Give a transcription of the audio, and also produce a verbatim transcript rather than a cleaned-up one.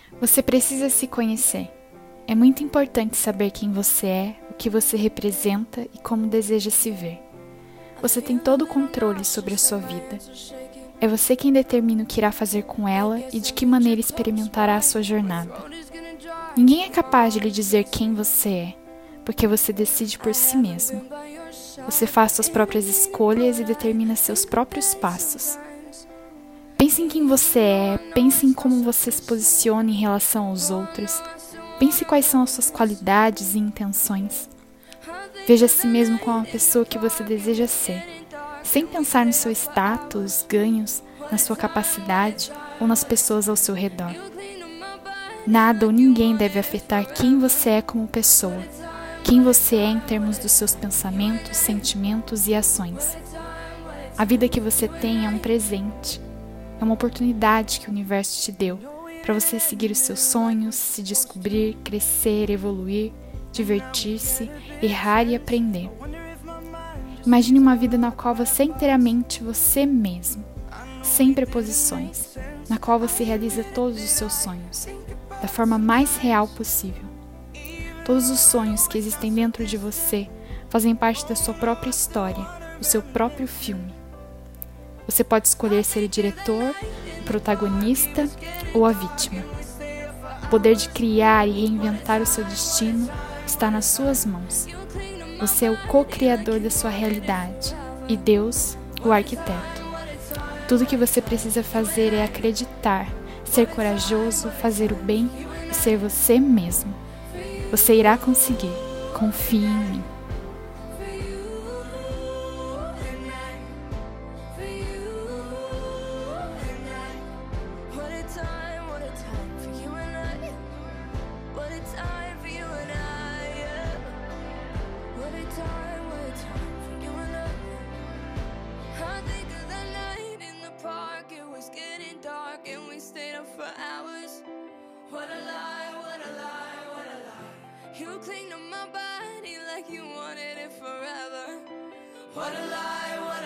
Você precisa se conhecer. É muito importante saber quem você é, o que você representa e como deseja se ver. Você tem todo o controle sobre a sua vida. É você quem determina o que irá fazer com ela e de que maneira experimentará a sua jornada. Ninguém é capaz de lhe dizer quem você é, porque você decide por si mesmo. Você faz suas próprias escolhas e determina seus próprios passos. Pense em quem você é, pense em como você se posiciona em relação aos outros, pense quais são as suas qualidades e intenções. Veja a si mesmo como uma pessoa que você deseja ser, sem pensar no seu status, ganhos, na sua capacidade ou nas pessoas ao seu redor. Nada ou ninguém deve afetar quem você é como pessoa, quem você é em termos dos seus pensamentos, sentimentos e ações. A vida que você tem é um presente, é uma oportunidade que o universo te deu para você seguir os seus sonhos, se descobrir, crescer, evoluir, divertir-se, errar e aprender. Imagine uma vida na qual você é inteiramente você mesmo, sem preposições, na qual você realiza todos os seus sonhos, da forma mais real possível. Todos os sonhos que existem dentro de você fazem parte da sua própria história, do seu próprio filme. Você pode escolher ser o diretor, o protagonista ou a vítima. O poder de criar e reinventar o seu destino está nas suas mãos. Você é o co-criador da sua realidade e Deus, o arquiteto. Tudo o que você precisa fazer é acreditar, ser corajoso, fazer o bem e ser você mesmo. Você irá conseguir. Confie em mim. What a lie, what a lie, what a lie. You cling to my body like you wanted it forever. What a lie, what